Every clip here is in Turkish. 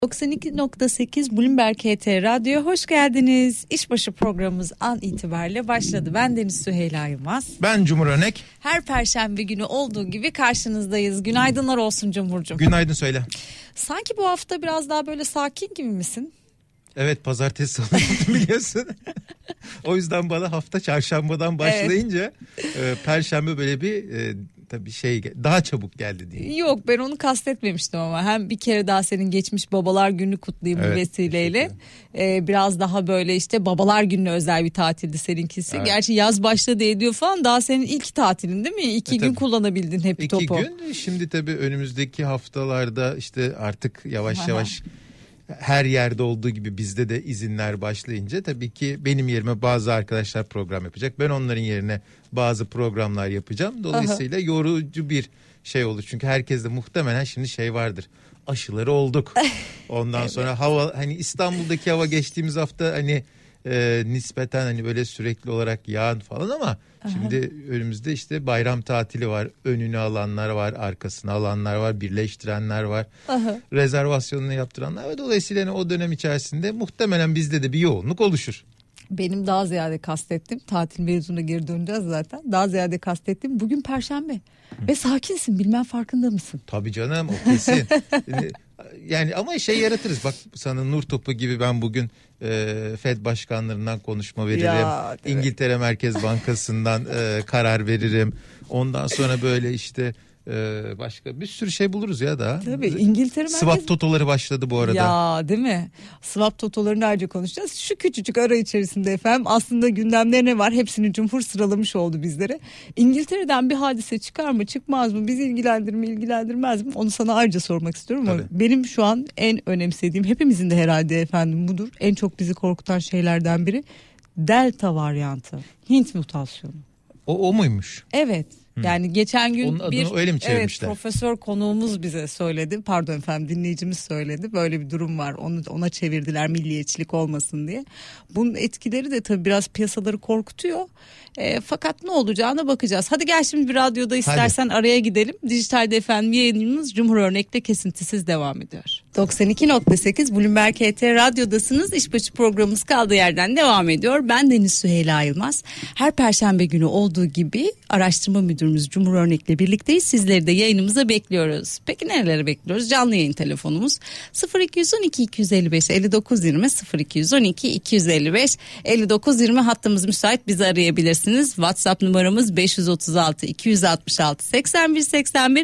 92.8 Bloomberg HT Radyo, hoş geldiniz. İşbaşı programımız an itibariyle başladı. Ben Deniz Süheyla Yılmaz. Ben Cumhur Örnek. Her perşembe günü olduğu gibi karşınızdayız. Günaydınlar olsun Cumhurcuğum. Günaydın söyle. Sanki bu hafta biraz daha böyle sakin gibi misin? Evet, pazartesi salı biliyorsun. O yüzden bana hafta çarşambadan başlayınca perşembe böyle bir tabii daha çabuk geldi diye. Yok, ben onu kastetmemiştim ama hem bir kere daha senin geçmiş babalar gününü kutlayayım bu vesileyle. Biraz daha böyle işte babalar gününe özel bir tatildi seninkisi. Evet. Gerçi yaz başladı ediyor falan, daha senin ilk tatilin değil mi? 2 gün kullanabildin hep topu. 2 gün. Şimdi tabii önümüzdeki haftalarda işte artık yavaş yavaş her yerde olduğu gibi bizde de izinler başlayınca tabii ki benim yerime bazı arkadaşlar program yapacak. Ben onların yerine bazı programlar yapacağım. Dolayısıyla yorucu bir şey olur. Çünkü herkeste muhtemelen şimdi vardır. Aşıları olduk. Ondan sonra hava, hani İstanbul'daki hava geçtiğimiz hafta nispeten hani böyle sürekli olarak yağan falan ama şimdi önümüzde işte bayram tatili var. Önünü alanlar var, arkasını alanlar var, birleştirenler var. Rezervasyonunu yaptıranlar var. Dolayısıyla o dönem içerisinde muhtemelen bizde de bir yoğunluk oluşur. Benim daha ziyade kastettim, tatil mevzuna geri döneceğiz zaten. Daha ziyade kastettim, bugün Perşembe ve sakinsin, bilmem farkında mısın? Tabii canım, o kesin. Yani ama yaratırız. Bak sana nur topu gibi ben bugün Fed başkanlarından konuşma veririm. Ya, İngiltere Merkez Bankası'ndan karar veririm. Ondan sonra böyle başka bir sürü şey buluruz ya daha. Tabii İngiltere Merkez... Swap totoları başladı bu arada. Ya değil mi? Swap totolarını ayrıca konuşacağız. Şu küçücük ara içerisinde efendim aslında gündemde ne var? Hepsini Cumhur sıralamış oldu bizlere. İngiltere'den bir hadise çıkar mı çıkmaz mı? Bizi ilgilendirir mi ilgilendirmez mi? Onu sana ayrıca sormak istiyorum. Ama benim şu an en önemsediğim, hepimizin de herhalde efendim budur. En çok bizi korkutan şeylerden biri Delta varyantı. Hint mutasyonu. O muymuş? Evet. Yani geçen gün öyle mi çevirmişler? Profesör konuğumuz bize söyledi. Pardon efendim, dinleyicimiz söyledi. Böyle bir durum var. Ona çevirdiler milliyetçilik olmasın diye. Bunun etkileri de tabii biraz piyasaları korkutuyor. Fakat ne olacağına bakacağız. Hadi gel şimdi bir radyoda istersen araya gidelim. Dijitalde efendim yayınımız Cumhur Örnek'te kesintisiz devam ediyor. 92.8 Bloomberg HT Radyo'dasınız. İşbaşı programımız kaldığı yerden devam ediyor. Ben Deniz Süheyla Yılmaz. Her perşembe günü olduğu gibi araştırma müdürümüz Cumhur Örnek'le birlikteyiz. Sizleri de yayınımıza bekliyoruz. Peki nerelere bekliyoruz? Canlı yayın telefonumuz 0212 255 59 20 0212 255 59 20 hattımız müsait, bizi arayabilirsiniz. WhatsApp numaramız 536 266 81 81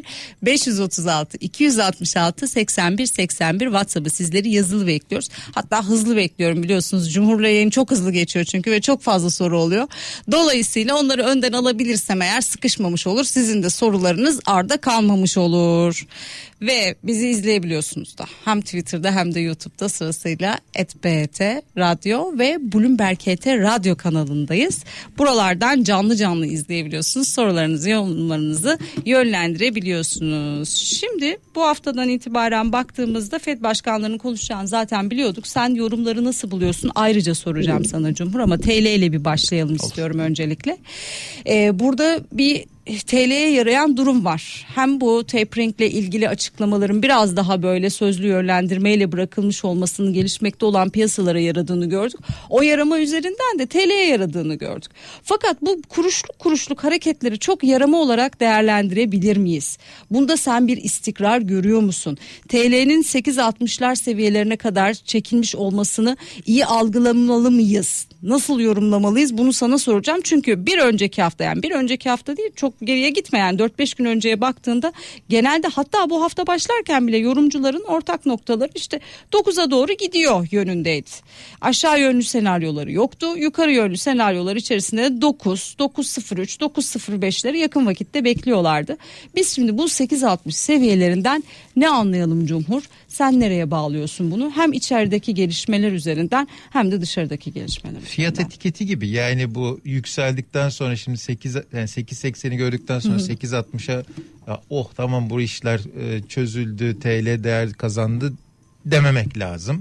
536 266 81 81. WhatsApp'ı sizleri yazılı bekliyoruz. Hatta hızlı bekliyorum, biliyorsunuz. Cumhur'la yayın çok hızlı geçiyor çünkü ve çok fazla soru oluyor. Dolayısıyla onları önden alabilirsem eğer sıkışmamış olur. Sizin de sorularınız arda kalmamış olur. Ve bizi izleyebiliyorsunuz da. Hem Twitter'da hem de YouTube'da sırasıyla @BHT Radyo ve Bloomberg HT Radyo kanalındayız. Buralardan canlı izleyebiliyorsunuz. Sorularınızı, yorumlarınızı yönlendirebiliyorsunuz. Şimdi bu haftadan itibaren baktığımızda Fed başkanlarının konuşacağını zaten biliyorduk. Sen yorumları nasıl buluyorsun? Ayrıca soracağım sana Cumhur, ama TL ile bir başlayalım istiyorum öncelikle. Burada bir TL'ye yarayan durum var. Hem bu tapering ile ilgili açıklamaların biraz daha böyle sözlü yönlendirmeyle bırakılmış olmasının gelişmekte olan piyasalara yaradığını gördük. O yarama üzerinden de TL'ye yaradığını gördük. Fakat bu kuruşluk hareketleri çok yarama olarak değerlendirebilir miyiz? Bunda sen bir istikrar görüyor musun? TL'nin 8.60'lar seviyelerine kadar çekilmiş olmasını iyi algılamalı mıyız? Nasıl yorumlamalıyız? Bunu sana soracağım. Çünkü bir önceki hafta değil, çok geriye gitmeyen 4-5 gün önceye baktığında genelde, hatta bu hafta başlarken bile yorumcuların ortak noktaları 9'a doğru gidiyor yönündeydi. Aşağı yönlü senaryoları yoktu. Yukarı yönlü senaryolar içerisinde 9, 9.03, 9.05'leri yakın vakitte bekliyorlardı. Biz şimdi bu 8.60 seviyelerinden ne anlayalım Cumhur? Sen nereye bağlıyorsun bunu? Hem içerideki gelişmeler üzerinden hem de dışarıdaki gelişmeler üzerinden. Fiyat etiketi gibi, yani bu yükseldikten sonra şimdi 8.80'i gördükten sonra 8.60'a tamam bu işler çözüldü, TL değer kazandı dememek lazım.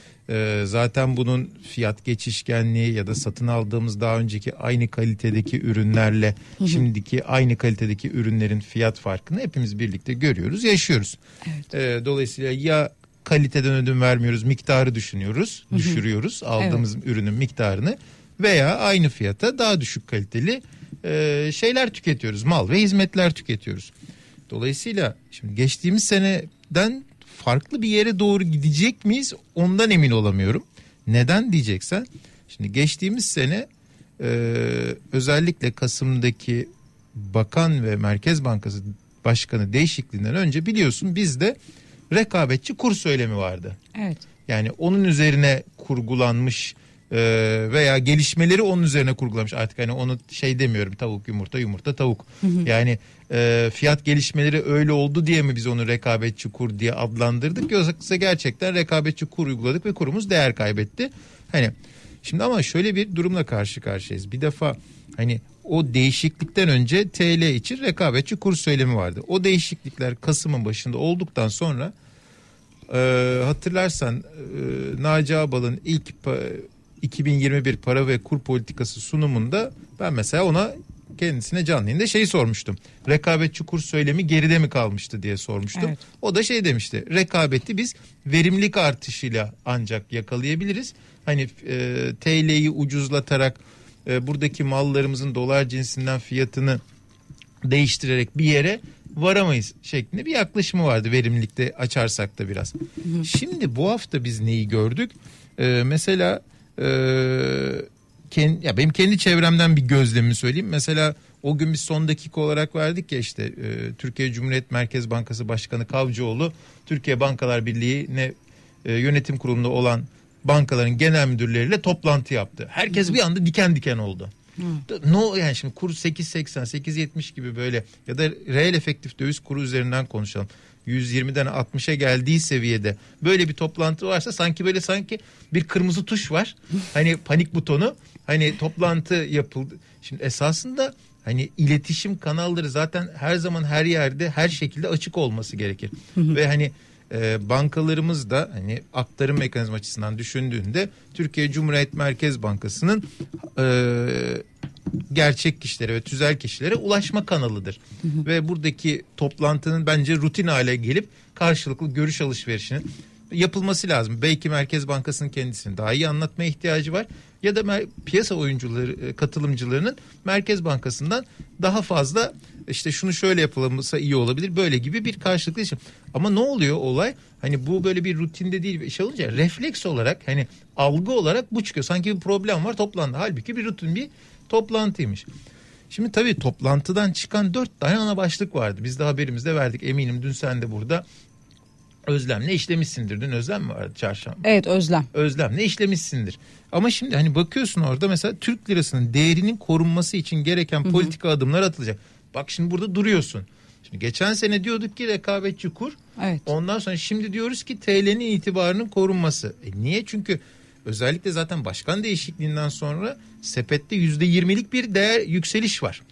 Zaten bunun fiyat geçişkenliği ya da satın aldığımız daha önceki aynı kalitedeki ürünlerle şimdiki aynı kalitedeki ürünlerin fiyat farkını hepimiz birlikte görüyoruz, yaşıyoruz. Evet. Dolayısıyla ya kaliteden ödün vermiyoruz, miktarı düşürüyoruz aldığımız ürünün miktarını veya aynı fiyata daha düşük kaliteli şeyler tüketiyoruz, mal ve hizmetler tüketiyoruz. Dolayısıyla şimdi geçtiğimiz seneden farklı bir yere doğru gidecek miyiz ondan emin olamıyorum. Neden diyeceksen, şimdi geçtiğimiz sene özellikle Kasım'daki Bakan ve Merkez Bankası Başkanı değişikliğinden önce biliyorsun bizde rekabetçi kur söylemi vardı. Evet. Yani onun üzerine kurgulanmış veya gelişmeleri onun üzerine kurgulanmış. Artık hani onu şey demiyorum, tavuk yumurta yumurta tavuk. Yani fiyat gelişmeleri öyle oldu diye mi biz onu rekabetçi kur diye adlandırdık, yoksa gerçekten rekabetçi kur uyguladık ve kurumuz değer kaybetti. Hani şimdi ama şöyle bir durumla karşı karşıyayız. Bir defa hani o değişiklikten önce TL için rekabetçi kur söylemi vardı. O değişiklikler Kasım'ın başında olduktan sonra hatırlarsan Naci Ağbal'ın ilk 2021 para ve kur politikası sunumunda ben mesela ona, kendisine canlı yayında şeyi sormuştum. Rekabetçi kur söylemi geride mi kalmıştı diye sormuştum. Evet. O da şey demişti. Rekabeti biz verimlilik artışıyla ancak yakalayabiliriz. Hani TL'yi ucuzlatarak buradaki mallarımızın dolar cinsinden fiyatını değiştirerek bir yere varamayız şeklinde bir yaklaşımı vardı, verimlilikte açarsak da biraz. Şimdi bu hafta biz neyi gördük? Mesela ya benim kendi çevremden bir gözlemimi söyleyeyim. Mesela o gün biz son dakika olarak verdik ya, işte Türkiye Cumhuriyet Merkez Bankası Başkanı Kavcıoğlu Türkiye Bankalar Birliği'ne yönetim kurulunda olan bankaların genel müdürleriyle toplantı yaptı. Herkes bir anda diken diken oldu. No, yani şimdi kur 8.80 8.70 gibi böyle, ya da reel efektif döviz kuru üzerinden konuşalım. 120'den 60'a geldiği seviyede böyle bir toplantı varsa sanki bir kırmızı tuş var. Hani panik butonu, hani toplantı yapıldı. Şimdi esasında hani iletişim kanalları zaten her zaman her yerde her şekilde açık olması gerekir. Ve hani bankalarımız da hani aktarım mekanizması açısından düşündüğünde Türkiye Cumhuriyet Merkez Bankası'nın gerçek kişilere ve tüzel kişilere ulaşma kanalıdır. Ve buradaki toplantının bence rutin hale gelip karşılıklı görüş alışverişinin yapılması lazım. Belki Merkez Bankası'nın kendisini daha iyi anlatmaya ihtiyacı var. Ya da piyasa oyuncuları, katılımcılarının Merkez Bankası'ndan daha fazla işte şunu şöyle yapılırsa iyi olabilir, böyle gibi bir karşılıklı işim. Ama ne oluyor olay? Hani bu böyle bir rutinde değil, iş olunca refleks olarak, hani algı olarak bu çıkıyor. Sanki bir problem var, toplandı. Halbuki bir rutin bir toplantıymış. Şimdi tabii toplantıdan çıkan 4 tane ana başlık vardı. Biz de haberimizde verdik. Eminim dün sen de burada Özlem'le işlemişsindir. Dün Özlem mi vardı, çarşamba? Evet, Özlem. Özlem'le işlemişsindir. Ama şimdi hani bakıyorsun orada mesela Türk lirasının değerinin korunması için gereken politika adımlar atılacak. Bak şimdi burada duruyorsun. Şimdi geçen sene diyorduk ki rekabetçi kur. Evet. Ondan sonra şimdi diyoruz ki TL'nin itibarının korunması. Niye? Çünkü özellikle zaten başkan değişikliğinden sonra sepette %20'lik bir değer yükseliş var.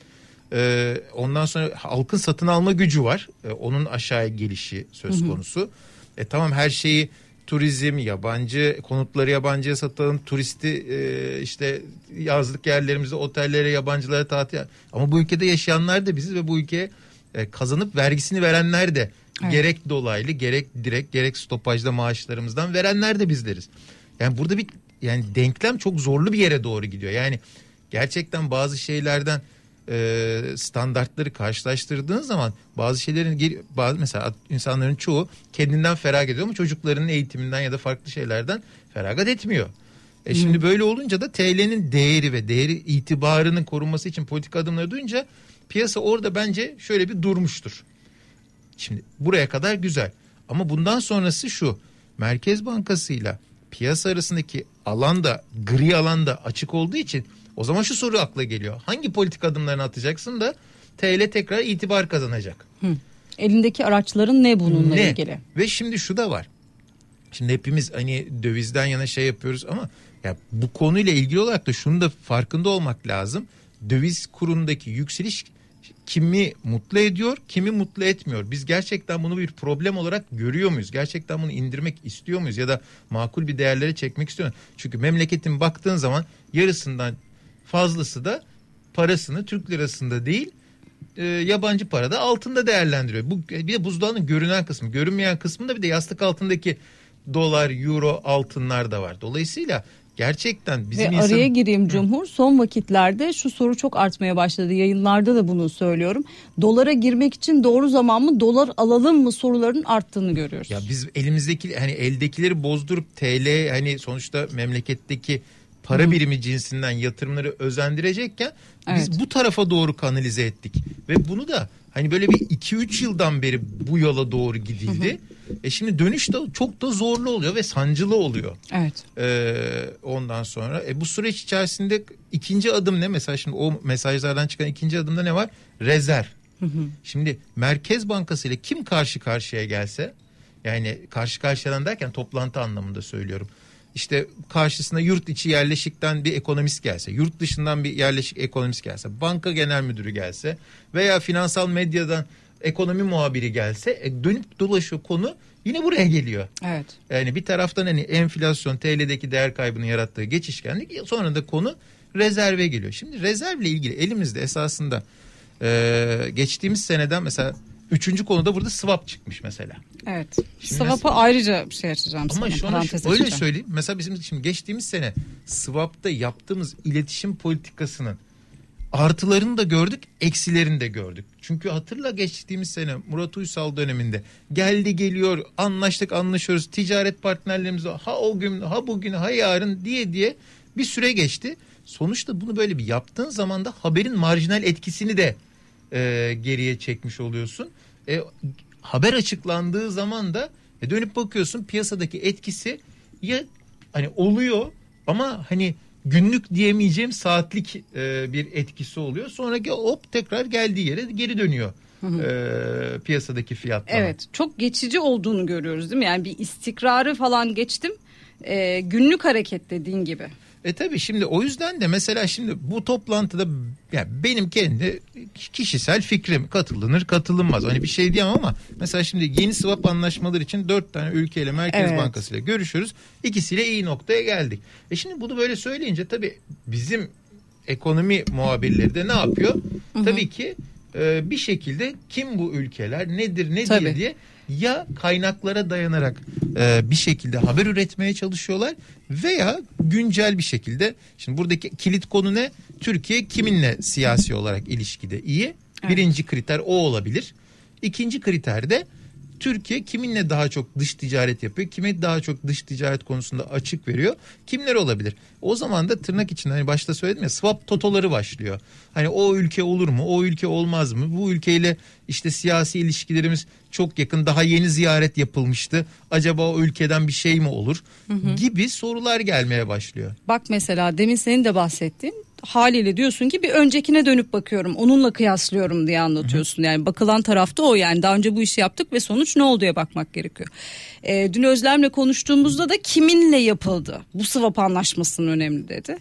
Ondan sonra halkın satın alma gücü var. Onun aşağıya gelişi söz konusu. Tamam, her şeyi turizm, yabancı konutları yabancıya satalım, turisti işte yazlık yerlerimizde otellere, yabancılara tatil. Ama bu ülkede yaşayanlar da biziz ve bu ülkeye kazanıp vergisini verenler de, evet, gerek dolaylı gerek direkt gerek stopajda maaşlarımızdan verenler de bizleriz. Yani burada bir denklem çok zorlu bir yere doğru gidiyor. Yani gerçekten bazı şeylerden standartları karşılaştırdığın zaman bazı şeylerin mesela insanların çoğu kendinden feragat ediyor ama çocuklarının eğitiminden ya da farklı şeylerden feragat etmiyor. Şimdi böyle olunca da TL'nin değeri ve itibarının korunması için politika adımları duyunca piyasa orada bence şöyle bir durmuştur. Şimdi buraya kadar güzel ama bundan sonrası şu: Merkez Bankası'yla piyasa arasındaki alanda, gri alanda açık olduğu için o zaman şu soru akla geliyor: hangi politika adımlarını atacaksın da TL tekrar itibar kazanacak? Elindeki araçların ne bununla ilgili? Ve şimdi şu da var. Şimdi hepimiz hani dövizden yana şey yapıyoruz ama ya bu konuyla ilgili olarak da şunu da farkında olmak lazım. Döviz kurundaki yükseliş kimi mutlu ediyor, kimi mutlu etmiyor. Biz gerçekten bunu bir problem olarak görüyor muyuz? Gerçekten bunu indirmek istiyor muyuz? Ya da makul bir değerlere çekmek istiyor muyuz? Çünkü memleketin baktığın zaman yarısından fazlası da parasını Türk lirasında değil, yabancı parada, altında değerlendiriyor. Bu bir de buzdağının görünen kısmı. Görünmeyen kısmında bir de yastık altındaki dolar, euro, altınlar da var. Dolayısıyla gerçekten bizim araya gireyim Cumhur. Son vakitlerde şu soru çok artmaya başladı. Yayınlarda da bunu söylüyorum. Dolara girmek için doğru zaman mı, dolar alalım mı soruların arttığını görüyoruz. Ya biz elimizdeki hani eldekileri bozdurup TL hani sonuçta memleketteki para birimi cinsinden yatırımları özendirecekken biz bu tarafa doğru kanalize ettik. Ve bunu da hani böyle bir 2-3 yıldan beri bu yola doğru gidildi. Şimdi dönüş de çok da zorlu oluyor ve sancılı oluyor. Evet. Ondan sonra bu süreç içerisinde ikinci adım ne? Mesela şimdi o mesajlardan çıkan ikinci adımda ne var? Rezerv. Şimdi Merkez Bankası ile kim karşı karşıya gelse, yani karşı karşıyadan derken toplantı anlamında söylüyorum. İşte karşısına yurt içi yerleşikten bir ekonomist gelse, yurt dışından bir yerleşik ekonomist gelse, banka genel müdürü gelse veya finansal medyadan ekonomi muhabiri gelse dönüp dolaşıyor konu yine buraya geliyor. Evet. Yani bir taraftan hani enflasyon, TL'deki değer kaybının yarattığı geçişkenlik, sonra da konu rezerve geliyor. Şimdi rezervle ilgili elimizde esasında geçtiğimiz seneden mesela 3. konuda burada swap çıkmış mesela. Evet. Swap'a ayrıca bir şey açacağım ama sana. Ama şunu öyle söyleyeyim. Mesela bizim şimdi geçtiğimiz sene swap'ta yaptığımız iletişim politikasının artılarını da gördük, eksilerini de gördük. Çünkü hatırla geçtiğimiz sene Murat Uysal döneminde geldi geliyor, anlaştık anlaşıyoruz, ticaret partnerlerimizle ha o gün ha bugün ha yarın diye bir süre geçti. Sonuçta bunu böyle bir yaptığın zaman da haberin marjinal etkisini de geriye çekmiş oluyorsun. Haber açıklandığı zaman da dönüp bakıyorsun piyasadaki etkisi ya hani oluyor ama hani günlük diyemeyeceğim saatlik bir etkisi oluyor. Sonra hop tekrar geldiği yere geri dönüyor piyasadaki fiyatlar. Evet, çok geçici olduğunu görüyoruz değil mi? Yani bir istikrarı falan geçtim. Günlük hareket dediğin gibi. Tabii şimdi o yüzden de mesela şimdi bu toplantıda yani benim kendi kişisel fikrim katılınır katılınmaz. Hani bir şey diyemem ama mesela şimdi yeni swap anlaşmaları için 4 tane ülkeyle Merkez Bankası ile görüşüyoruz. İkisiyle iyi noktaya geldik. Şimdi bunu böyle söyleyince tabii bizim ekonomi muhabirleri de ne yapıyor? Tabii ki bir şekilde kim bu ülkeler nedir ne değil diye ya kaynaklara dayanarak bir şekilde haber üretmeye çalışıyorlar veya güncel bir şekilde, şimdi buradaki kilit konu ne? Türkiye kiminle siyasi olarak ilişkide iyi? Birinci kriter o olabilir. İkinci kriter de Türkiye kiminle daha çok dış ticaret yapıyor? Kime daha çok dış ticaret konusunda açık veriyor? Kimler olabilir? O zaman da tırnak içinde hani başta söyledim ya, swap totoları başlıyor. Hani o ülke olur mu? O ülke olmaz mı? Bu ülkeyle işte siyasi ilişkilerimiz çok yakın. Daha yeni ziyaret yapılmıştı. Acaba o ülkeden bir şey mi olur? Gibi sorular gelmeye başlıyor. Bak mesela demin senin de bahsettiğin, haliyle diyorsun ki bir öncekine dönüp bakıyorum, onunla kıyaslıyorum diye anlatıyorsun. Yani bakılan tarafta o, yani daha önce bu işi yaptık ve sonuç ne olduya bakmak gerekiyor. Dün Özlem'le konuştuğumuzda da kiminle yapıldı? Bu swap anlaşmasının önemli dedi.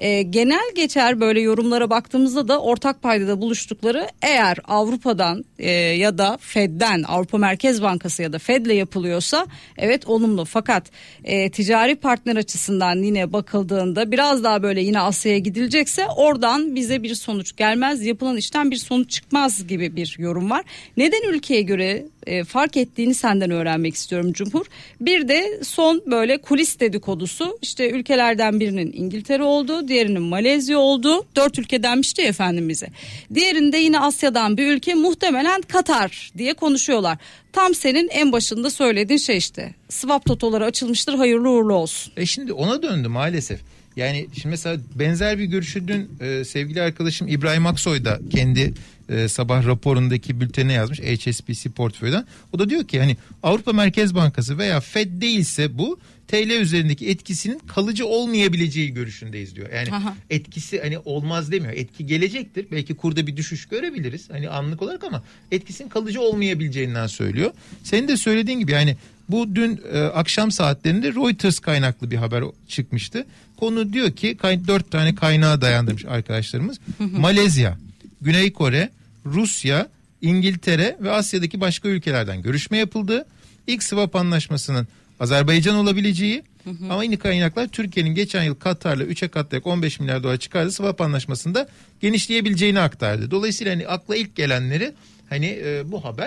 Genel geçer böyle yorumlara baktığımızda da ortak paydada buluştukları, eğer Avrupa'dan ya da Fed'den, Avrupa Merkez Bankası ya da Fed'le yapılıyorsa evet olumlu. Fakat ticari partner açısından yine bakıldığında biraz daha böyle yine Asya'ya gidilecekse oradan bize bir sonuç gelmez, yapılan işten bir sonuç çıkmaz gibi bir yorum var. Neden ülkeye göre fark ettiğini senden öğrenmek istiyorum Cumhur. Bir de son böyle kulis dedikodusu, işte ülkelerden birinin İngiltere olduğu, diğerinin Malezya olduğu, 4 ülke denmişti efendim bize. Diğerinde yine Asya'dan bir ülke, muhtemelen Katar diye konuşuyorlar. Tam senin en başında söylediğin şey işte. Swap totoları açılmıştır, hayırlı uğurlu olsun. Şimdi ona döndü maalesef. Yani şimdi mesela benzer bir görüşü dün sevgili arkadaşım İbrahim Aksoy da kendi sabah raporundaki bültenine yazmış, HSBC portföyden. O da diyor ki hani Avrupa Merkez Bankası veya Fed değilse bu TL üzerindeki etkisinin kalıcı olmayabileceği görüşündeyiz diyor. Yani etkisi hani olmaz demiyor. Etki gelecektir. Belki kurda bir düşüş görebiliriz hani anlık olarak ama etkisinin kalıcı olmayabileceğinden söylüyor. Senin de söylediğin gibi yani bu dün akşam saatlerinde Reuters kaynaklı bir haber çıkmıştı. Konu diyor ki 4 tane kaynağa dayandırmış arkadaşlarımız. Malezya, Güney Kore, Rusya, İngiltere ve Asya'daki başka ülkelerden görüşme yapıldı. İlk swap anlaşmasının Azerbaycan olabileceği ama aynı kaynaklar Türkiye'nin geçen yıl Katar'la 3'e katlayarak 15 milyar dolar çıkardığı swap anlaşmasında genişleyebileceğini aktardı. Dolayısıyla hani akla ilk gelenleri hani bu haber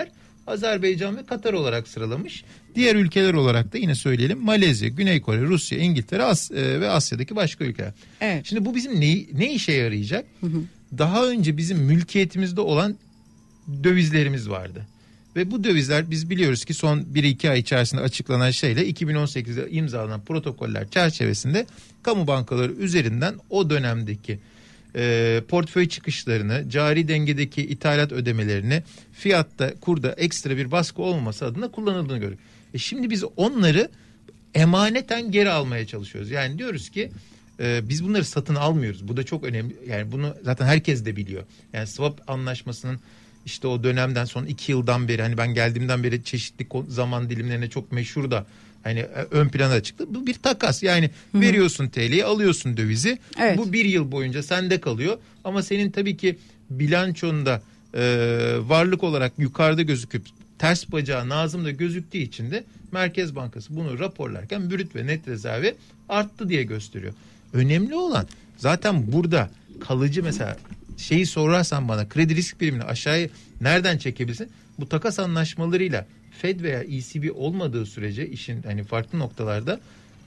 Azerbaycan ve Katar olarak sıralamış. Diğer ülkeler olarak da yine söyleyelim Malezya, Güney Kore, Rusya, İngiltere ve Asya'daki başka ülkeler. Evet. Şimdi bu bizim ne işe yarayacak? Daha önce bizim mülkiyetimizde olan dövizlerimiz vardı. Ve bu dövizler biz biliyoruz ki son 1-2 ay içerisinde açıklanan şeyle 2018'de imzalanan protokoller çerçevesinde kamu bankaları üzerinden o dönemdeki portföy çıkışlarını, cari dengedeki ithalat ödemelerini, fiyatta, kurda ekstra bir baskı olmaması adına kullanıldığını görüyoruz. Şimdi biz onları emaneten geri almaya çalışıyoruz. Yani diyoruz ki biz bunları satın almıyoruz. Bu da çok önemli. Yani bunu zaten herkes de biliyor. Yani swap anlaşmasının işte o dönemden son 2 yıldan beri, hani ben geldiğimden beri çeşitli zaman dilimlerine çok meşhur da hani ön plana çıktı. Bu bir takas. Yani veriyorsun TL'yi, alıyorsun dövizi. Evet. Bu 1 yıl boyunca sende kalıyor. Ama senin tabii ki bilançonda varlık olarak yukarıda gözüküp ters bacağı Nazım'da gözüktüğü için de Merkez Bankası bunu raporlarken brüt ve net rezervi arttı diye gösteriyor. Önemli olan zaten burada kalıcı, mesela şeyi sorarsan bana, kredi risk primini aşağıya nereden çekebilirsin? Bu takas anlaşmalarıyla Fed veya ECB olmadığı sürece işin hani farklı noktalarda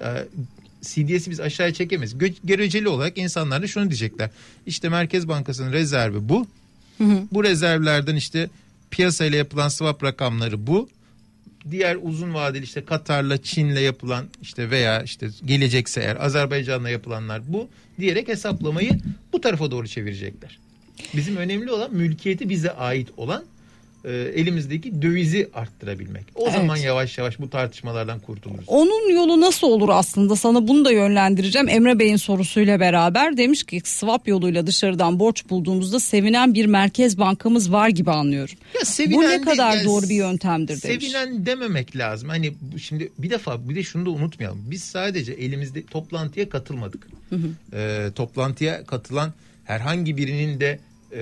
CDS'i biz aşağıya çekemeyiz. Göreceli olarak insanlar da şunu diyecekler. İşte Merkez Bankası'nın rezervi bu. Bu rezervlerden işte piyasayla yapılan swap rakamları bu. Diğer uzun vadeli işte Katar'la, Çin'le yapılan işte veya işte gelecekse eğer Azerbaycan'la yapılanlar bu diyerek hesaplamayı bu tarafa doğru çevirecekler. Bizim önemli olan mülkiyeti bize ait olan elimizdeki dövizi arttırabilmek. O zaman yavaş yavaş bu tartışmalardan kurtuluruz. Onun yolu nasıl olur aslında? Sana bunu da yönlendireceğim. Emre Bey'in sorusuyla beraber demiş ki swap yoluyla dışarıdan borç bulduğumuzda sevinen bir merkez bankamız var gibi anlıyorum. Bu ne kadar doğru bir yöntemdir demiş. Sevinen dememek lazım. Hani şimdi bir de şunu da unutmayalım. Biz sadece elimizde toplantıya katılmadık. Toplantıya katılan herhangi birinin de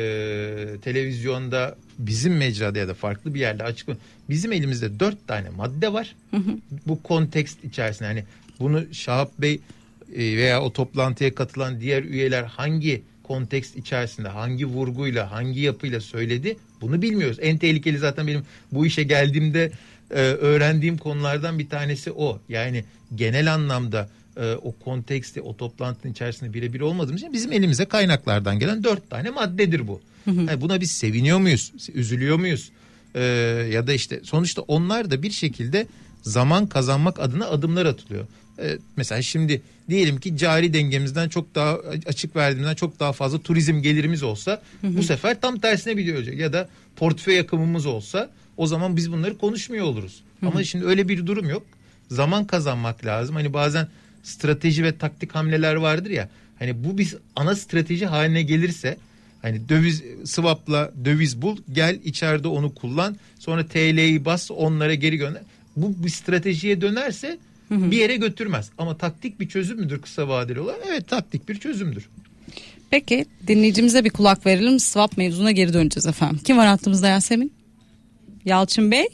televizyonda, bizim mecrada ya da farklı bir yerde açıklama. Bizim elimizde 4 tane madde var. Bu kontekst içerisinde, hani bunu Şahap Bey veya o toplantıya katılan diğer üyeler hangi kontekst içerisinde, hangi vurguyla, hangi yapıyla söyledi, bunu bilmiyoruz. En tehlikeli zaten benim bu işe geldiğimde öğrendiğim konulardan bir tanesi o. Yani genel anlamda o konteksti, o toplantının içerisinde birebir olmadığımız için bizim elimize kaynaklardan gelen 4 tane maddedir bu. Yani buna biz seviniyor muyuz, üzülüyor muyuz? Ya da işte sonuçta onlar da bir şekilde zaman kazanmak adına adımlar atılıyor. Mesela şimdi diyelim ki cari dengemizden çok daha, açık verdiğimizden çok daha fazla turizm gelirimiz olsa bu sefer tam tersine biliyor olacak. Ya da portföy akımımız olsa o zaman biz bunları konuşmuyor oluruz. Ama şimdi öyle bir durum yok. Zaman kazanmak lazım. Hani bazen strateji ve taktik hamleler vardır ya. Hani bu bir ana strateji haline gelirse, hani döviz swap'la döviz bul, gel içeride onu kullan, sonra TL'yi bas, onlara geri gönder. Bu bir stratejiye dönerse bir yere götürmez. Ama taktik bir çözüm müdür kısa vadeli olarak? Evet, taktik bir çözümdür. Peki dinleyicimize bir kulak verelim. Swap mevzuna geri döneceğiz efendim. Kim var hattımızda Yasemin? Yalçın Bey.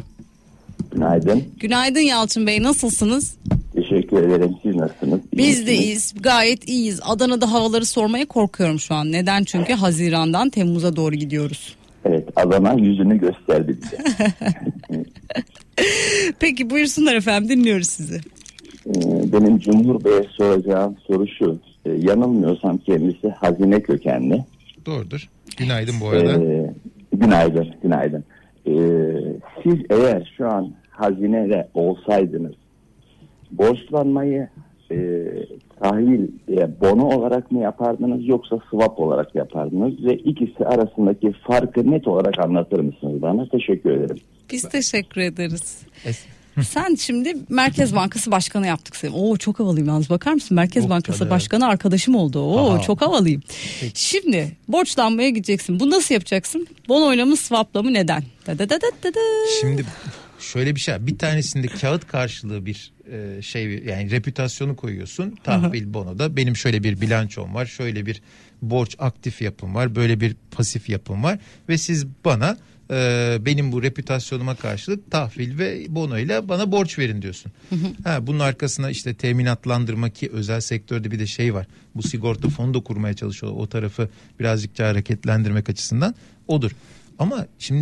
Günaydın. Günaydın Yalçın Bey, nasılsınız? Teşekkür ederim. Siz nasılsınız? Biz de iyiyiz. Gayet iyiyiz. Adana'da havaları sormaya korkuyorum şu an. Neden? Çünkü Haziran'dan Temmuz'a doğru gidiyoruz. Evet, Adana yüzünü gösterdi bize. Peki buyursunlar efendim, dinliyoruz sizi. Benim Cumhur Bey'e soracağım soru şu. Yanılmıyorsam kendisi hazine kökenli. Doğrudur. Günaydın bu arada. Günaydın. Siz eğer şu an hazinede olsaydınız, borçlanmayı tahvil bono olarak mı yapardınız yoksa swap olarak yapardınız ve ikisi arasındaki farkı net olarak anlatır mısınız bana? Teşekkür ederim. Biz teşekkür ederiz. Sen şimdi Merkez Bankası Başkanı yaptık seni. Oo, çok havalıyım yalnız, bakar mısın? Merkez Bankası Başkanı arkadaşım oldu. Oo, çok havalıyım. Peki. Şimdi borçlanmaya gideceksin. Bu nasıl yapacaksın? Bonoyla mı, swap'la mı, neden? Şimdi şöyle bir şey. Bir tanesinde kağıt karşılığı bir şey, yani reputasyonu koyuyorsun. Tahvil bonoda benim şöyle bir bilançom var. Şöyle bir borç aktif yapım var. Böyle bir pasif yapım var. Ve siz bana benim bu reputasyonuma karşılık tahvil ve bonoyla bana borç verin diyorsun. Bunun arkasına işte teminatlandırma, ki özel sektörde bir de şey var. Bu sigorta fonu da kurmaya çalışıyor. O tarafı birazcık daha hareketlendirmek açısından odur. Ama şimdi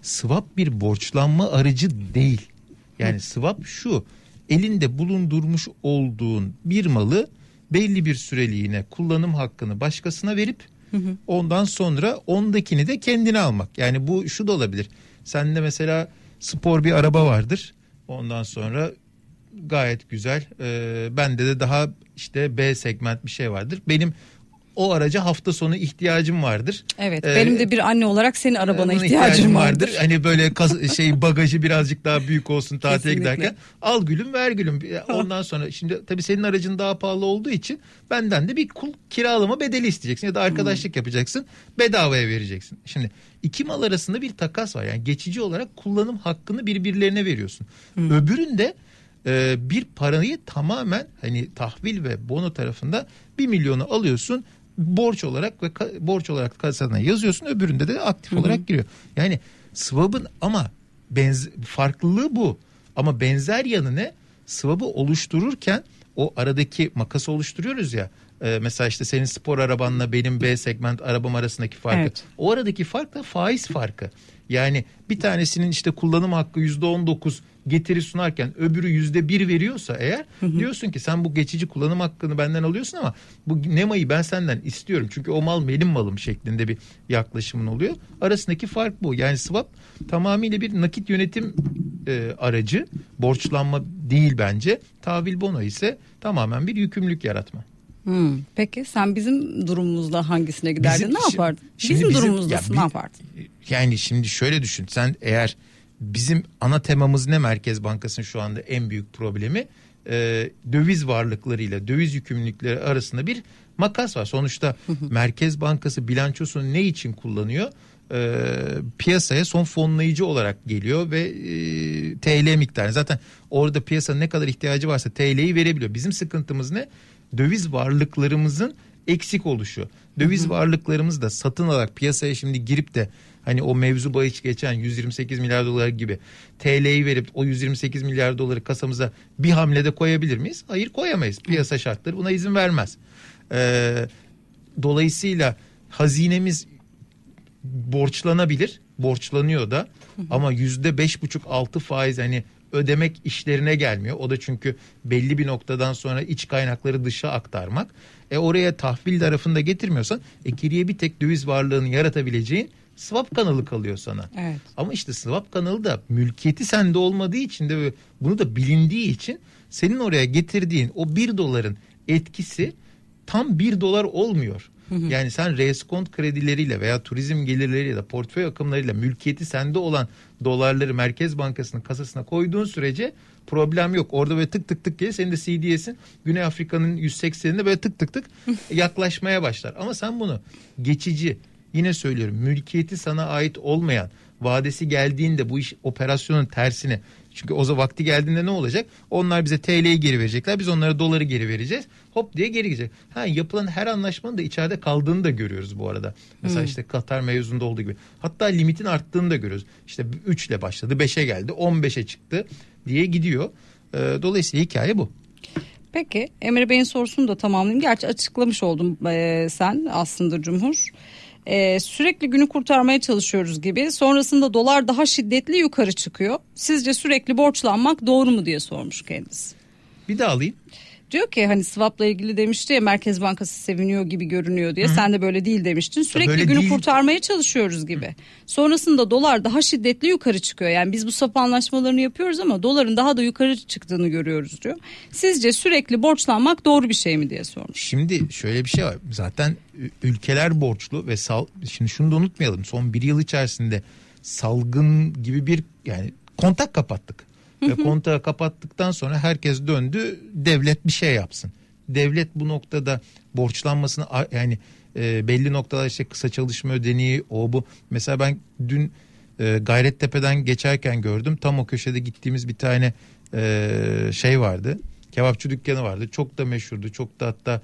swap bir borçlanma aracı değil. Yani swap şu: elinde bulundurmuş olduğun bir malı belli bir süreliğine kullanım hakkını başkasına verip ondan sonra ondakini de kendine almak. Yani bu şu da olabilir. Sende mesela spor bir araba vardır. Ondan sonra gayet güzel. Bende de daha işte B segment bir şey vardır. Benim o araca hafta sonu ihtiyacım vardır. Evet, benim de bir anne olarak senin arabana ihtiyacım vardır. Hani böyle bagajı birazcık daha büyük olsun tatile giderken. Al gülüm, ver gülüm. Ondan sonra şimdi tabii senin aracın daha pahalı olduğu için benden de bir kiralama bedeli isteyeceksin ya da arkadaşlık yapacaksın. Bedavaya vereceksin. Şimdi iki mal arasında bir takas var. Yani geçici olarak kullanım hakkını birbirlerine veriyorsun. Öbüründe bir parayı tamamen hani tahvil ve bono tarafında 1 milyonu alıyorsun, borç olarak kasana yazıyorsun, öbüründe de aktif olarak giriyor. Yani swap'ın ama farklılığı bu. Ama benzer yanı ne? Swap'ı oluştururken o aradaki makası oluşturuyoruz ya. Mesela işte senin spor arabanla benim B segment arabam arasındaki farkı. Evet. O aradaki fark da faiz farkı. Yani bir tanesinin işte kullanım hakkı %19 getiri sunarken öbürü %1 veriyorsa eğer, diyorsun ki sen bu geçici kullanım hakkını benden alıyorsun ama bu nemayı ben senden istiyorum. Çünkü o mal benim malım şeklinde bir yaklaşımın oluyor. Arasındaki fark bu. Yani swap tamamıyla bir nakit yönetim aracı. Borçlanma değil bence. Tahvil bono ise tamamen bir yükümlülük yaratma. Peki sen bizim durumumuzda hangisine giderdin, ne yapardın? Bizim durumumuzda ne yapardın? Yani şimdi şöyle düşün, sen eğer bizim ana temamız ne, Merkez Bankası'nın şu anda en büyük problemi döviz varlıklarıyla döviz yükümlülükleri arasında bir makas var. Sonuçta Merkez Bankası bilançosunu ne için kullanıyor? Piyasaya son fonlayıcı olarak geliyor ve TL miktarı, zaten orada piyasanın ne kadar ihtiyacı varsa TL'yi verebiliyor. Bizim sıkıntımız ne? Döviz varlıklarımızın eksik oluşu. Döviz varlıklarımız da satın alarak piyasaya şimdi girip de hani o mevzu bahis geçen 128 milyar dolar gibi TL'yi verip o 128 milyar doları kasamıza bir hamlede koyabilir miyiz? Hayır, koyamayız. Piyasa şartları buna izin vermez. Dolayısıyla hazinemiz borçlanabilir. Borçlanıyor da ama %5,5-6 faiz hani ödemek işlerine gelmiyor. O da çünkü belli bir noktadan sonra iç kaynakları dışa aktarmak. Oraya tahvil tarafında getirmiyorsan geriye bir tek döviz varlığını yaratabileceğin swap kanalı kalıyor sana. Evet. Ama işte swap kanalı da mülkiyeti sende olmadığı için de bunu da bilindiği için senin oraya getirdiğin o 1 doların etkisi tam 1 dolar olmuyor. Yani sen reskont kredileriyle veya turizm gelirleriyle de portföy akımlarıyla mülkiyeti sende olan dolarları Merkez Bankası'nın kasasına koyduğun sürece problem yok. Orada böyle tık tık tık gelir. Senin de CDS'in Güney Afrika'nın 180'inde böyle tık tık tık yaklaşmaya başlar. Ama sen bunu geçici, yine söylüyorum, mülkiyeti sana ait olmayan, vadesi geldiğinde bu iş operasyonun tersine, çünkü o zaman vakti geldiğinde ne olacak? Onlar bize TL'yi geri verecekler. Biz onlara doları geri vereceğiz. Hop diye geri gidecek. Yapılan her anlaşmanın da içeride kaldığını da görüyoruz bu arada. Mesela işte Katar mevzunda olduğu gibi. Hatta limitin arttığını da görüyoruz. İşte 3 ile başladı, 5'e geldi, 15'e çıktı diye gidiyor. Dolayısıyla hikaye bu. Peki Emre Bey'in sorusunu da tamamlayayım. Gerçi açıklamış oldum sen aslında Cumhur. Sürekli günü kurtarmaya çalışıyoruz gibi. Sonrasında dolar daha şiddetli yukarı çıkıyor. Sizce sürekli borçlanmak doğru mu diye sormuş kendisi. Bir daha alayım. Diyor ki hani swap'la ilgili demişti ya, Merkez Bankası seviniyor gibi görünüyor diye. Sen de böyle değil demiştin. Sürekli böyle günü kurtarmaya çalışıyoruz gibi. Sonrasında dolar daha şiddetli yukarı çıkıyor. Yani biz bu swap anlaşmalarını yapıyoruz ama doların daha da yukarı çıktığını görüyoruz diyor. Sizce sürekli borçlanmak doğru bir şey mi diye sormuş. Şimdi şöyle bir şey var. Zaten ülkeler borçlu ve şimdi şunu da unutmayalım. Son 1 yıl içerisinde salgın gibi bir kontak kapattık. Ve kontağı kapattıktan sonra herkes döndü, devlet bir şey yapsın. Devlet bu noktada borçlanmasını belli noktalar işte kısa çalışma ödeneği bu. Mesela ben dün Gayrettepe'den geçerken gördüm. Tam o köşede gittiğimiz bir tane şey vardı. Kebapçı dükkanı vardı. Çok da meşhurdu. Çok da hatta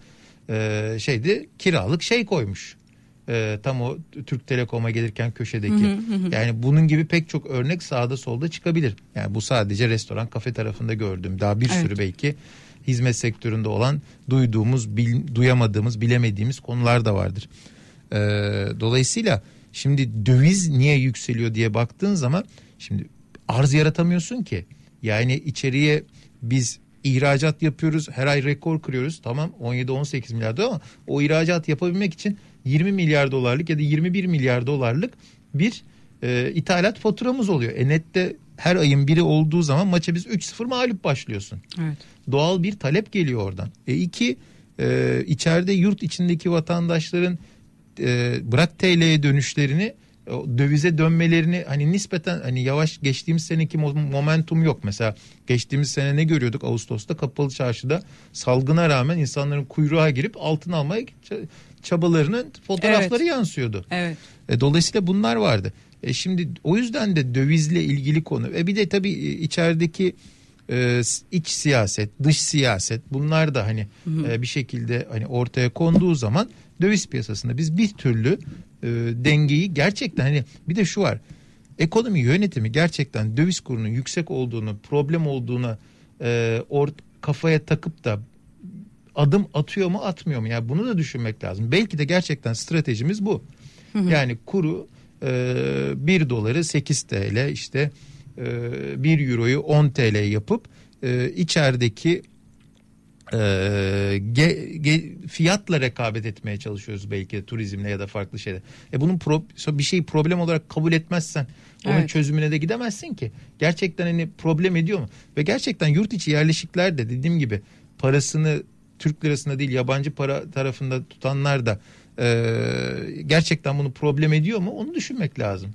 kiralık koymuş. Tam o Türk Telekom'a gelirken köşedeki. Yani bunun gibi pek çok örnek sağda solda çıkabilir. Yani bu sadece restoran, kafe tarafında gördüğüm, daha bir sürü belki hizmet sektöründe olan duyduğumuz, duyamadığımız, bilemediğimiz konular da vardır. Dolayısıyla Şimdi döviz niye yükseliyor diye baktığın zaman şimdi arz yaratamıyorsun ki. Yani içeriye biz ihracat yapıyoruz, her ay rekor kırıyoruz, tamam 17-18 milyar dolar, ama o ihracat yapabilmek için 20 milyar dolarlık ya da 21 milyar dolarlık bir ithalat faturamız oluyor. Nette her ayın biri olduğu zaman maça biz 3-0 mağlup başlıyorsun. Evet. Doğal bir talep geliyor oradan. İki, içeride yurt içindeki vatandaşların bırak TL'ye dönüşlerini, dövize dönmelerini hani nispeten hani yavaş, geçtiğimiz seneki momentum yok. Mesela geçtiğimiz sene ne görüyorduk? Ağustos'ta kapalı çarşıda salgına rağmen insanların kuyruğa girip altın almaya çabalarının fotoğrafları yansıyordu. Evet. Dolayısıyla bunlar vardı. Şimdi o yüzden de dövizle ilgili konu. Bir de tabii içerideki iç siyaset, dış siyaset, bunlar da hani bir şekilde hani ortaya konduğu zaman döviz piyasasında biz bir türlü dengeyi gerçekten, hani bir de şu var, ekonomi yönetimi gerçekten döviz kurunun yüksek olduğunu, problem olduğuna kafaya takıp da adım atıyor mu atmıyor mu? Yani bunu da düşünmek lazım. Belki de gerçekten stratejimiz bu. Yani kuru 1 doları 8 TL, işte 1 euroyu 10 TL yapıp içerideki fiyatla rekabet etmeye çalışıyoruz belki de, turizmle ya da farklı şeyler. Bunun bir şeyi problem olarak kabul etmezsen onun çözümüne de gidemezsin ki. Gerçekten hani problem ediyor mu? Ve gerçekten yurt içi yerleşikler de dediğim gibi parasını Türk lirasında değil yabancı para tarafında tutanlar da gerçekten bunu problem ediyor mu? Onu düşünmek lazım.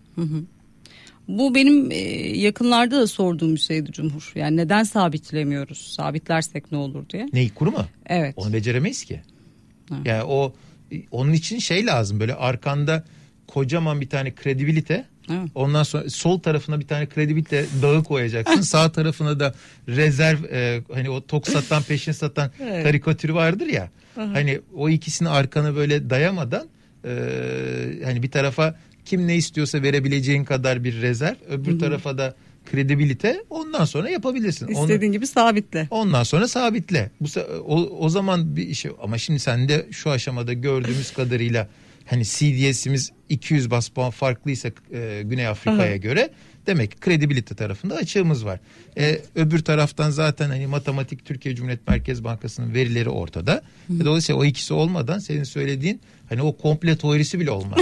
Bu benim yakınlarda da sorduğum bir şeydi Cumhur. Yani neden sabitlemiyoruz? Sabitlersek ne olur diye. Neyi, kuru mu? Evet. Onu beceremeyiz ki. Yani onun için şey lazım, böyle arkanda kocaman bir tane kredibilite. Evet. Ondan sonra sol tarafına bir tane kredibilite dağı koyacaksın. Sağ tarafına da rezerv, hani o tok satan peşin satan karikatürü vardır ya. Hani o ikisini arkana böyle dayamadan hani bir tarafa kim ne istiyorsa verebileceğin kadar bir rezerv, öbür tarafa da kredibilite, ondan sonra yapabilirsin. İstediğin gibi sabitle. Ondan sonra sabitle. O zaman bir şey, ama şimdi sen de şu aşamada gördüğümüz kadarıyla hani CDS'imiz 200 bas puan farklıysa Güney Afrika'ya göre, demek ki kredibilite tarafında açığımız var. Öbür taraftan zaten hani matematik, Türkiye Cumhuriyet Merkez Bankası'nın verileri ortada. Dolayısıyla o ikisi olmadan senin söylediğin hani o komple teorisi bile olmaz.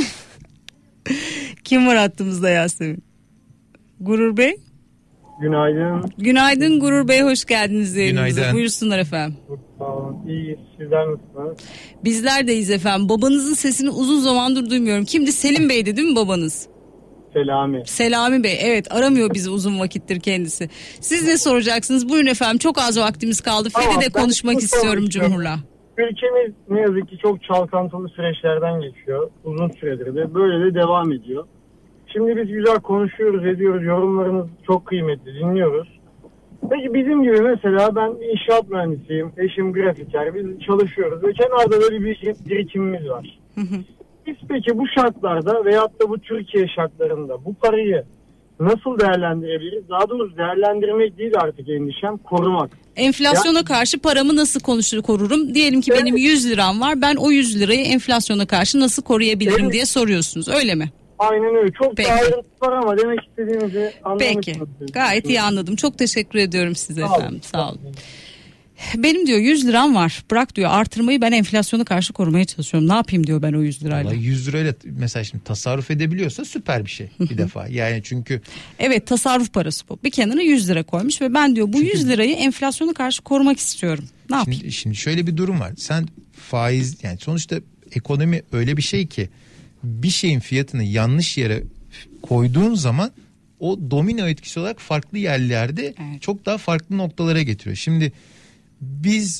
Kim var hattımızda Yasemin? Gurur Bey? Günaydın. Günaydın Gurur Bey, hoş geldiniz yayınımıza. Günaydın. Buyursunlar efendim. Sağ olun. İyi, sizler nasılsınız? Bizler deyiz efendim. Babanızın sesini uzun zamandır duymuyorum. Kimdi? Selim Bey'di değil mi babanız? Selami. Selami Bey, evet, aramıyor bizi uzun vakittir kendisi. Siz ne soracaksınız? Buyurun efendim, çok az vaktimiz kaldı. Feri'de konuşmak istiyorum Cumhur'la. Ülkemiz ne yazık ki çok çalkantılı süreçlerden geçiyor. Uzun süredir de böyle de devam ediyor. Şimdi biz güzel konuşuyoruz, ediyoruz. Yorumlarınız çok kıymetli, dinliyoruz. Peki bizim gibi mesela ben inşaat mühendisiyim. Eşim grafiker. Biz çalışıyoruz ve kenarda böyle bir birikimimiz var. Biz peki bu şartlarda veyahut da bu Türkiye şartlarında bu parayı nasıl değerlendirebiliriz? Daha doğrusu değerlendirmek değil artık endişem, korumak. Enflasyona karşı paramı nasıl korurum? Diyelim ki benim 100 liram var. Ben o 100 lirayı enflasyona karşı nasıl koruyabilirim diye soruyorsunuz. Öyle mi? Aynen öyle. Çok da ayrıntı var ama demek istediğinizi anlamışsınız. Peki. Gayet iyi anladım. Çok teşekkür ediyorum size efendim. Sağ olun. Benim diyor 100 liram var. Bırak diyor artırmayı, ben enflasyona karşı korumaya çalışıyorum. Ne yapayım diyor ben o 100 lirayla. Vallahi 100 lirayla mesela şimdi tasarruf edebiliyorsa süper bir şey bir defa. Yani çünkü. Evet, tasarruf parası bu. Bir kenara 100 lira koymuş ve ben diyor bu 100 lirayı enflasyona karşı korumak istiyorum. Ne yapayım? Şimdi şöyle bir durum var. Sen faiz, yani sonuçta ekonomi öyle bir şey ki bir şeyin fiyatını yanlış yere koyduğun zaman o domino etkisi olarak farklı yerlerde çok daha farklı noktalara getiriyor. Şimdi biz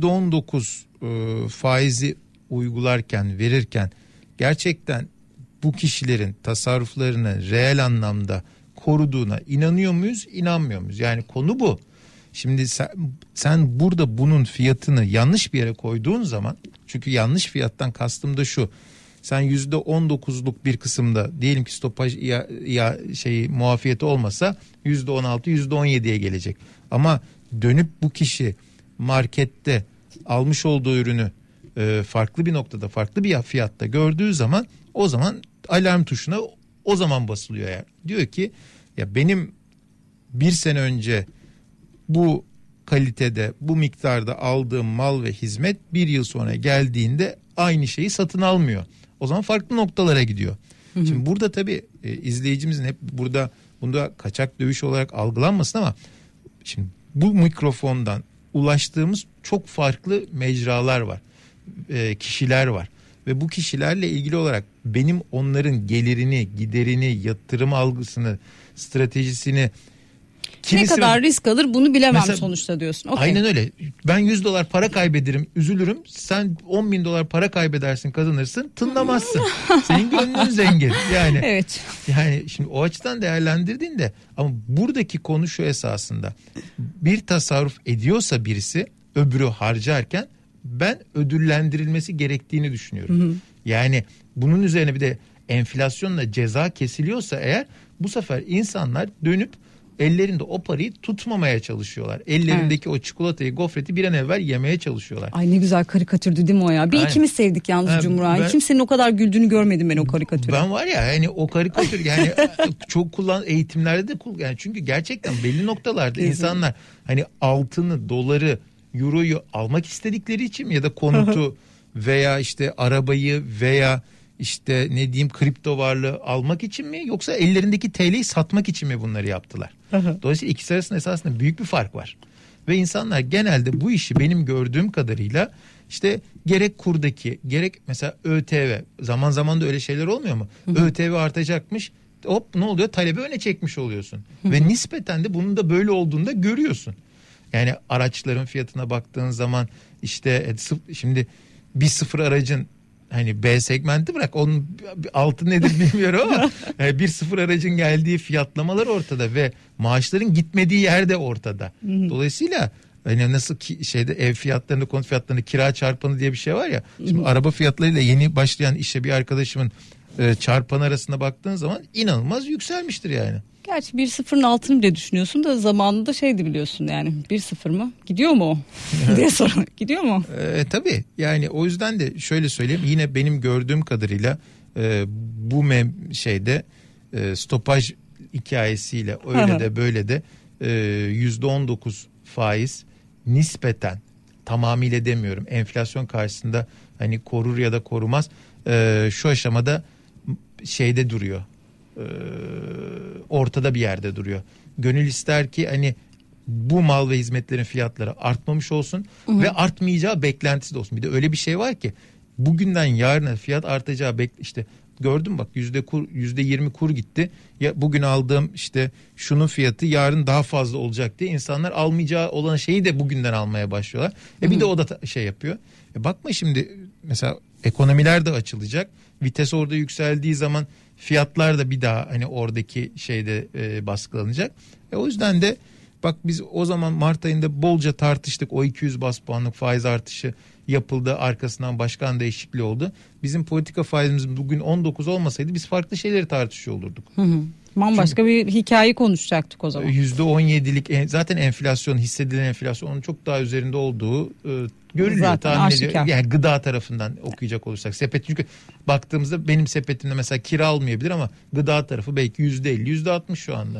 %19 faizi uygularken, verirken gerçekten bu kişilerin tasarruflarını reel anlamda koruduğuna inanıyor muyuz, inanmıyor muyuz? Yani konu bu. Şimdi sen burada bunun fiyatını yanlış bir yere koyduğun zaman, çünkü yanlış fiyattan kastım da şu: sen %19'luk bir kısımda diyelim ki stopaj muafiyeti olmasa %16, %17'ye gelecek. Ama dönüp bu kişi markette almış olduğu ürünü farklı bir noktada, farklı bir fiyatta gördüğü zaman, o zaman alarm tuşuna o zaman basılıyor yani. Diyor ki ya benim bir sene önce bu kalitede, bu miktarda aldığım mal ve hizmet bir yıl sonra geldiğinde aynı şeyi satın almıyor. O zaman farklı noktalara gidiyor. Şimdi burada tabii izleyicimizin hep bunda kaçak dövüş olarak algılanmasın ama şimdi bu mikrofondan ulaştığımız çok farklı mecralar var, kişiler var ve bu kişilerle ilgili olarak benim onların gelirini, giderini, yatırım algısını, stratejisini ne kadar risk alır bunu bilemem mesela, sonuçta diyorsun. Okay. Aynen öyle. Ben $100 para kaybederim, üzülürüm. Sen $10.000 para kaybedersin, kazanırsın, tınlamazsın. Senin gönlün zengin. Yani, evet. Yani şimdi o açıdan değerlendirdiğinde ama buradaki konu şu esasında. Bir tasarruf ediyorsa birisi öbürü harcarken ben ödüllendirilmesi gerektiğini düşünüyorum. Yani bunun üzerine bir de enflasyonla ceza kesiliyorsa eğer bu sefer insanlar dönüp ellerinde o parayı tutmamaya çalışıyorlar. Ellerindeki o çikolatayı, gofreti bir an evvel yemeye çalışıyorlar. Ay ne güzel karikatürdü değil mi o ya? Bir ikimiz sevdik yalnız Cumhur'a. Kimsenin o kadar güldüğünü görmedim ben o karikatürü. Ben var ya hani o karikatür yani çok eğitimlerde de yani çünkü gerçekten belli noktalarda insanlar hani altını, doları, euroyu almak istedikleri için mi ya da konutu veya işte arabayı veya işte ne diyeyim kripto varlığı almak için mi yoksa ellerindeki TL'yi satmak için mi bunları yaptılar? Dolayısıyla ikisi arasında esasında büyük bir fark var. Ve insanlar genelde bu işi benim gördüğüm kadarıyla işte gerek kurdaki gerek mesela ÖTV zaman zaman da öyle şeyler olmuyor mu? ÖTV artacakmış, hop ne oluyor, talebi öne çekmiş oluyorsun. Ve nispeten de bunun da böyle olduğunu da görüyorsun. Yani araçların fiyatına baktığın zaman işte şimdi bir sıfır aracın hani B segmenti bırak onun altı nedir bilmiyorum ama bir sıfır aracın geldiği fiyatlamalar ortada ve maaşların gitmediği yer de ortada. Dolayısıyla hani nasıl ki şeyde ev fiyatlarını, konut fiyatlarını, kira çarpanı diye bir şey var ya. Şimdi araba fiyatlarıyla yeni başlayan işe bir arkadaşımın çarpanı arasında baktığın zaman inanılmaz yükselmiştir yani. Gerçi 1-0'ın altını bile düşünüyorsun da zamanında şeydi biliyorsun yani 1-0 mı? Gidiyor mu o? diye soruyor. Gidiyor mu? Tabii yani o yüzden de şöyle söyleyeyim yine benim gördüğüm kadarıyla bu stopaj hikayesiyle öyle de böyle de %19 faiz nispeten tamamıyla demiyorum enflasyon karşısında hani korur ya da korumaz şu aşamada şeyde duruyor. Ortada bir yerde duruyor. Gönül ister ki hani bu mal ve hizmetlerin fiyatları artmamış olsun ve artmayacağı beklentisi de olsun. Bir de öyle bir şey var ki bugünden yarına fiyat artacağı işte gördüm bak %20 kur gitti. Ya bugün aldığım işte şunun fiyatı yarın daha fazla olacak diye insanlar almayacağı olan şeyi de bugünden almaya başlıyorlar. Bir de o da şey yapıyor. Bakma şimdi mesela ekonomiler de açılacak. Vites orada yükseldiği zaman fiyatlar da bir daha hani oradaki şeyde baskılanacak. O yüzden de bak biz o zaman Mart ayında bolca tartıştık. O 200 bas puanlık faiz artışı yapıldı. Arkasından başkan değişikliği oldu. Bizim politika faizimiz bugün 19 olmasaydı biz farklı şeyleri tartışıyor olurduk. Bambaşka bir hikaye konuşacaktık o zaman. %17'lik zaten enflasyon, hissedilen enflasyonun çok daha üzerinde olduğu görülüyor. Zaten tahmin aşikar. ediyor. Yani gıda tarafından okuyacak olursak sepet, çünkü baktığımızda benim sepetimde mesela kira almayabilir ama gıda tarafı belki %50, %60 şu anda.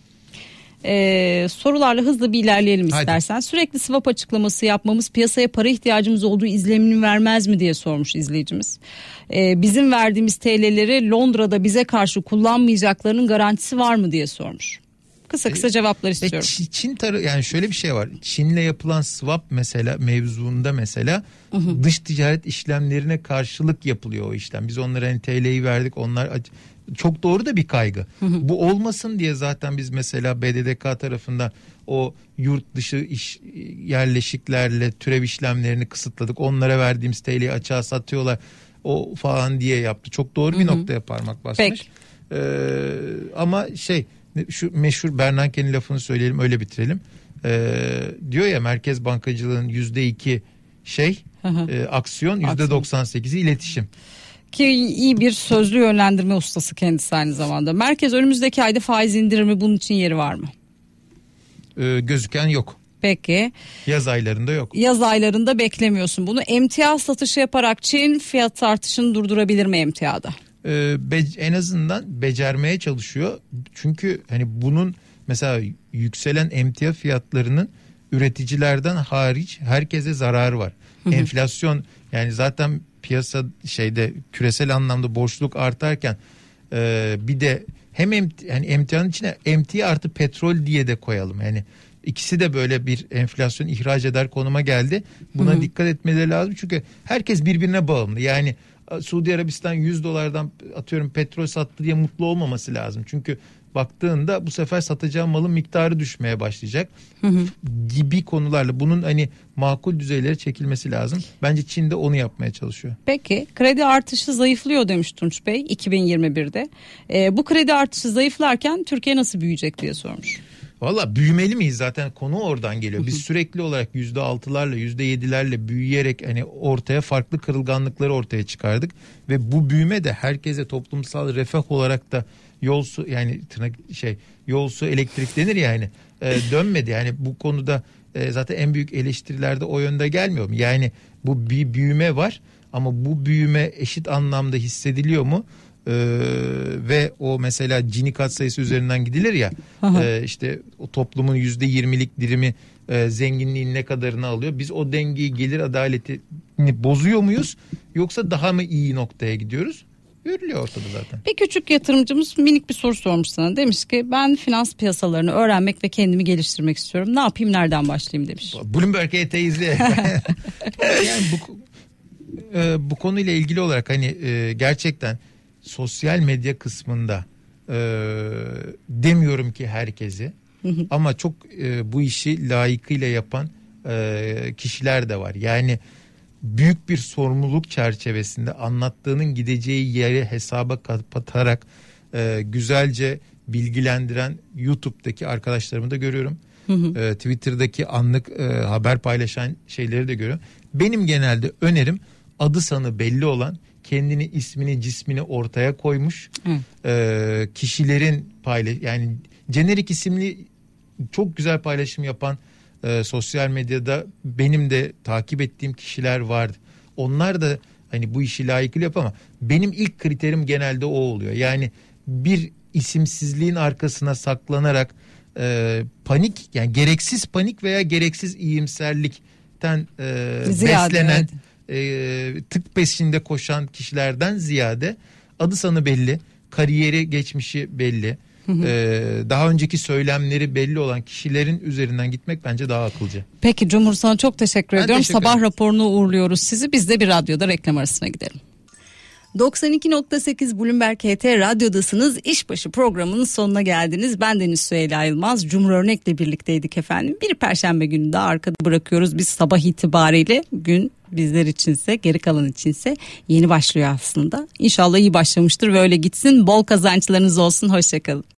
Sorularla hızlı bir ilerleyelim istersen. Hadi. Sürekli swap açıklaması yapmamız piyasaya para ihtiyacımız olduğu izlenimini vermez mi diye sormuş izleyicimiz. Bizim verdiğimiz TL'leri Londra'da bize karşı kullanmayacaklarının garantisi var mı diye sormuş. Kısa cevaplar istiyorum. Çin yani şöyle bir şey var. Çin'le yapılan swap mesela mevzuunda mesela dış ticaret işlemlerine karşılık yapılıyor o işlem. Biz onlara hani TL'yi verdik, onlar çok doğru da bir kaygı. Bu olmasın diye zaten biz mesela BDDK tarafından o yurt dışı yerleşiklerle türev işlemlerini kısıtladık. Onlara verdiğimiz TL'yi açığa satıyorlar o falan diye yaptı. Çok doğru bir noktaya parmak basmış. Ama şu meşhur Bernanke'nin lafını söyleyelim, öyle bitirelim. Diyor ya merkez bankacılığın %2 aksiyon, %98'i iletişim. Ki iyi bir sözlü yönlendirme ustası kendisi aynı zamanda. Merkez önümüzdeki ayda faiz indirimi, bunun için yeri var mı? Gözüken yok. Peki. Yaz aylarında yok. Yaz aylarında beklemiyorsun bunu. Emtia satışı yaparak Çin fiyat artışını durdurabilir mi emtiada? en azından becermeye çalışıyor. Çünkü hani bunun mesela yükselen emtia fiyatlarının üreticilerden hariç herkese zararı var. Enflasyon, yani zaten piyasa küresel anlamda borçluluk artarken bir de hem yani emtianın içine emtia artı petrol diye de koyalım. Yani ikisi de böyle bir enflasyon ihraç eder konuma geldi. Buna dikkat etmeleri lazım çünkü herkes birbirine bağımlı. Yani Suudi Arabistan $100 atıyorum petrol sattı diye mutlu olmaması lazım. Çünkü baktığında bu sefer satacağı malın miktarı düşmeye başlayacak gibi konularla bunun hani makul düzeylere çekilmesi lazım. Bence Çin de onu yapmaya çalışıyor. Peki kredi artışı zayıflıyor demiş Tunç Bey 2021'de. Bu kredi artışı zayıflarken Türkiye nasıl büyüyecek diye sormuş. Valla büyümeli miyiz, zaten konu oradan geliyor. Biz sürekli olarak %6'larla %7'lerle büyüyerek hani ortaya farklı kırılganlıkları ortaya çıkardık. Ve bu büyüme de herkese toplumsal refah olarak da yol su, yani yol su elektrik denir ya hani dönmedi. Yani bu konuda zaten en büyük eleştirilerde o yönde gelmiyor mu? Yani bu bir büyüme var ama bu büyüme eşit anlamda hissediliyor mu? Ve o mesela Gini katsayısı üzerinden gidilir ya işte o toplumun %20'lik dirimi zenginliğin ne kadarını alıyor, biz o dengeyi, gelir adaletini bozuyor muyuz yoksa daha mı iyi noktaya gidiyoruz? Görülüyor ortada zaten. Bir küçük yatırımcımız minik bir soru sormuş sana, demiş ki ben finans piyasalarını öğrenmek ve kendimi geliştirmek istiyorum, ne yapayım, nereden başlayayım demiş. Bloomberg ET izle. Yani bu konuyla ilgili olarak hani gerçekten sosyal medya kısmında demiyorum ki herkesi ama çok bu işi layıkıyla yapan kişiler de var. Yani büyük bir sorumluluk çerçevesinde anlattığının gideceği yeri hesaba katarak güzelce bilgilendiren YouTube'daki arkadaşlarımı da görüyorum. Twitter'daki anlık haber paylaşan şeyleri de görüyorum. Benim genelde önerim adı sanı belli olan, kendini, ismini, cismini ortaya koymuş kişilerin yani jenerik isimli çok güzel paylaşım yapan sosyal medyada benim de takip ettiğim kişiler vardı. Onlar da hani bu işi layıkıyla yapıyor ama benim ilk kriterim genelde o oluyor. Yani bir isimsizliğin arkasına saklanarak panik, yani gereksiz panik veya gereksiz iyimserlikten beslenen tık peşinde koşan kişilerden ziyade adı sanı belli, kariyeri geçmişi belli, daha önceki söylemleri belli olan kişilerin üzerinden gitmek bence daha akılcı. Peki Cumhur, sana çok teşekkür ediyorum. Sabah raporunu uğurluyoruz sizi. Biz de bir radyoda reklam arasına gidelim. 92.8 Bloomberg HT Radyo'dasınız. İşbaşı programının sonuna geldiniz. Ben Deniz Süheyla Yılmaz. Cumhur Örnek'le birlikteydik efendim. Bir perşembe günü daha arkada bırakıyoruz. Biz sabah itibariyle, gün bizler içinse, geri kalan içinse yeni başlıyor aslında. İnşallah iyi başlamıştır ve öyle gitsin. Bol kazançlarınız olsun. Hoşçakalın.